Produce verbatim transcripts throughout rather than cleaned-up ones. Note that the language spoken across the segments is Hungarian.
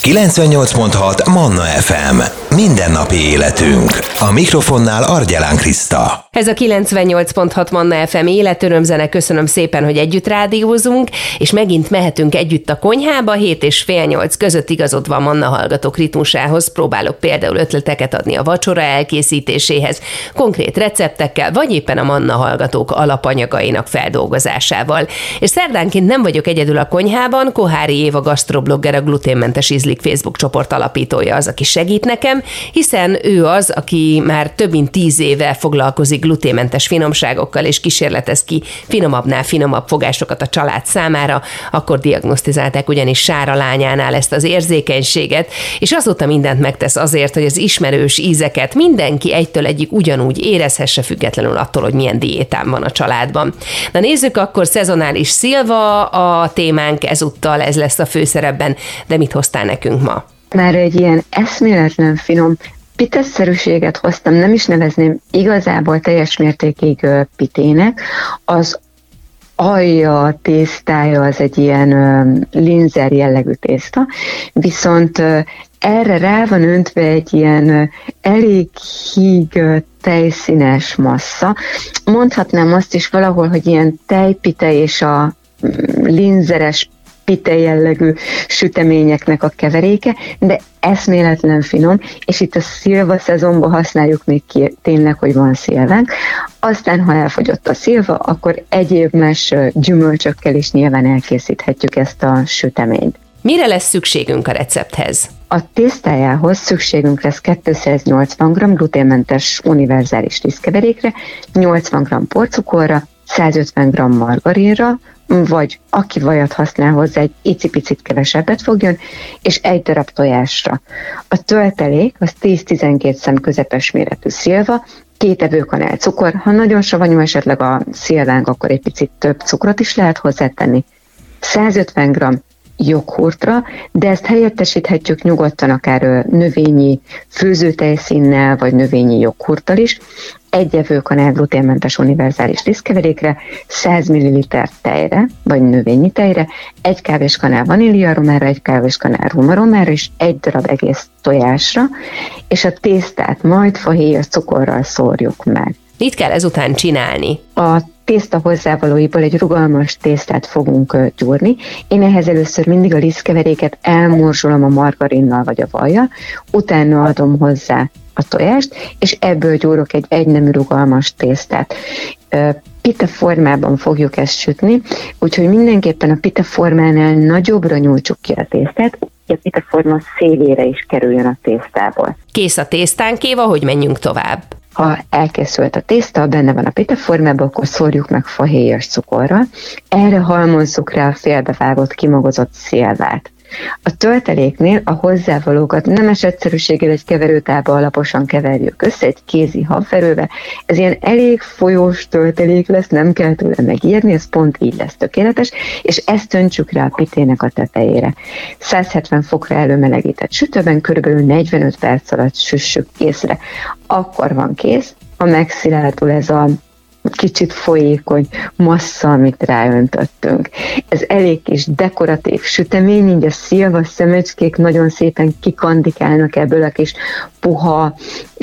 kilencvennyolc pont hat Manna ef em. Mindennapi életünk. A mikrofonnál Argyelán Kriszta. Ez a kilencvennyolc pont hat Manna ef em életörömzene. Köszönöm szépen, hogy együtt rádiózunk, és megint mehetünk együtt a konyhába. Hét és fél nyolc között igazodva a Manna hallgatók ritmusához próbálok például ötleteket adni a vacsora elkészítéséhez, konkrét receptekkel, vagy éppen a Manna hallgatók alapanyagainak feldolgozásával. És szerdánként nem vagyok egyedül a konyhában, Kohári Éva gasztroblogger, a Gluténmentes Ízlik Facebook csoport alapítója az, aki segít nekem, hiszen ő az, aki már több mint tíz éve foglalkozik gluténmentes finomságokkal, és kísérletez ki finomabbnál finomabb fogásokat a család számára. Akkor diagnosztizálták ugyanis Sára lányánál ezt az érzékenységet, és azóta mindent megtesz azért, hogy az ismerős ízeket mindenki egytől egyig ugyanúgy érezhesse, függetlenül attól, hogy milyen diétán van a családban. Na nézzük, akkor szezonális szilva a témánk ezúttal, ez lesz a főszerepben, de mit hoztál nekünk ma? Már egy ilyen eszméletlen finom pitesszerűséget hoztam, nem is nevezném igazából teljes mértékig pitének. Az alja, tésztája az egy ilyen linzer jellegű tészta, viszont erre rá van öntve egy ilyen elég híg tejszínes massza. Mondhatnám azt is valahol, hogy ilyen tejpite és a linzeres pite jellegű süteményeknek a keveréke, de eszméletlen finom, és itt a szilva szezonban használjuk még ki tényleg, hogy van szilvánk. Aztán, ha elfogyott a szilva, akkor egyéb más gyümölcsökkel is nyilván elkészíthetjük ezt a süteményt. Mire lesz szükségünk a recepthez? A tésztájához szükségünk lesz kétszáznyolcvan gramm gluténmentes univerzális lisztkeverékre, nyolcvan gramm porcukorra, százötven gramm margarinra, vagy aki vajat használ hozzá, egy icipicit kevesebbet fogjon, és egy darab tojásra. A töltelék az tíz-tizenkét szem közepes méretű szilva, két evőkanál cukor, ha nagyon savanyú esetleg a szilvánk, akkor egy picit több cukrot is lehet hozzátenni, százötven gramm joghurtra, de ezt helyettesíthetjük nyugodtan akár növényi főzőtejszínnel, vagy növényi joghurttal is, egy evőkanál gluténmentes univerzális lisztkeverékre, száz milliliter tejre, vagy növényi tejre, egy kávéskanál vaníliaaromára, egy kávéskanál rumaromára, és egy darab egész tojásra, és a tésztát majd fahéjas cukorral szórjuk meg. Mit kell ezután csinálni? A tészta hozzávalóiból egy rugalmas tésztát fogunk gyúrni. Én ehhez először mindig a lisztkeveréket elmorzsolom a margarinnal vagy a vajjal, utána adom hozzá a tojást, és ebből gyúrok egy egynemű rugalmas tésztát. Pita formában fogjuk ezt sütni, úgyhogy mindenképpen a pita formánál nagyobbra nyújtsuk ki a tésztát, hogy a pita forma szélére is kerüljön a tésztából. Kész a tésztánk, Éva, hogy menjünk tovább? Ha elkészült a tészta, benne van a pita formában, akkor szórjuk meg fahéjas cukorral. Erre halmozzuk rá a félbevágott, kimagozott szilvát. A tölteléknél a hozzávalókat nemes egyszerűséggel egy keverőtálba alaposan keverjük össze, egy kézi habverővel. Ez ilyen elég folyós töltelék lesz, nem kell tőle megijedni, ez pont így lesz tökéletes, és ezt öntsük rá a pitének a tetejére. száz hetven fokra előmelegített sütőben körülbelül negyvenöt perc alatt süssük készre. Akkor van kész, ha megszilárdul ez a kicsit folyékony massza, amit ráöntöttünk. Ez elég kis dekoratív sütemény, így a szilva szemecskék nagyon szépen kikandikálnak ebből a kis puha,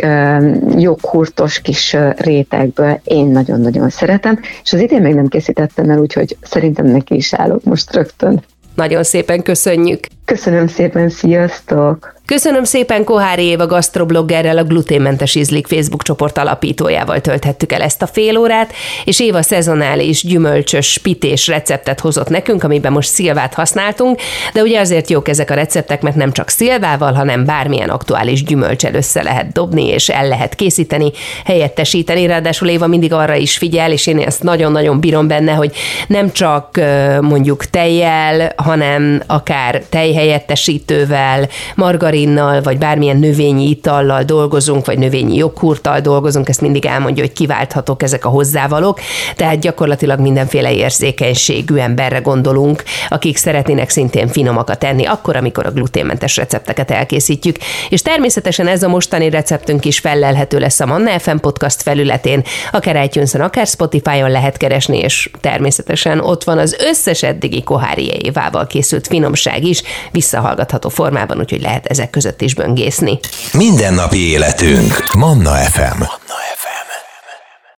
joghurtos kis rétegből. Én nagyon-nagyon szeretem, és az idén még nem készítettem el, úgyhogy szerintem neki is állok most rögtön. Nagyon szépen köszönjük! Köszönöm szépen, sziasztok! Köszönöm szépen, Kohári Éva gasztrobloggerrel, a Gluténmentes Ízlik Facebook csoport alapítójával tölthettük el ezt a fél órát, és Éva szezonális gyümölcsös pités receptet hozott nekünk, amiben most szilvát használtunk, de ugye azért jók ezek a receptek, mert nem csak szilvával, hanem bármilyen aktuális gyümölcsel össze lehet dobni, és el lehet készíteni, helyettesíteni, ráadásul Éva mindig arra is figyel, és én ezt nagyon-nagyon bírom benne, hogy nem csak mondjuk tejjel, hanem akár tejhelyettesítővel, margarin ritalinnal, vagy bármilyen növényi itallal dolgozunk, vagy növényi joghurttal dolgozunk, ezt mindig elmondja, hogy kiválthatók ezek a hozzávalók, tehát gyakorlatilag mindenféle érzékenységű emberre gondolunk, akik szeretnének szintén finomakat enni, akkor, amikor a gluténmentes recepteket elkészítjük. És természetesen ez a mostani receptünk is fellelhető lesz a Manna ef em podcast felületén, akár iTunes-on, akár Spotify-on lehet keresni, és természetesen ott van az összes eddigi Kohári Évával készült finomság is, visszahallgatható formában, úgyhogy lehet ezek között is böngészni. Mindennapi életünk. Manna ef em.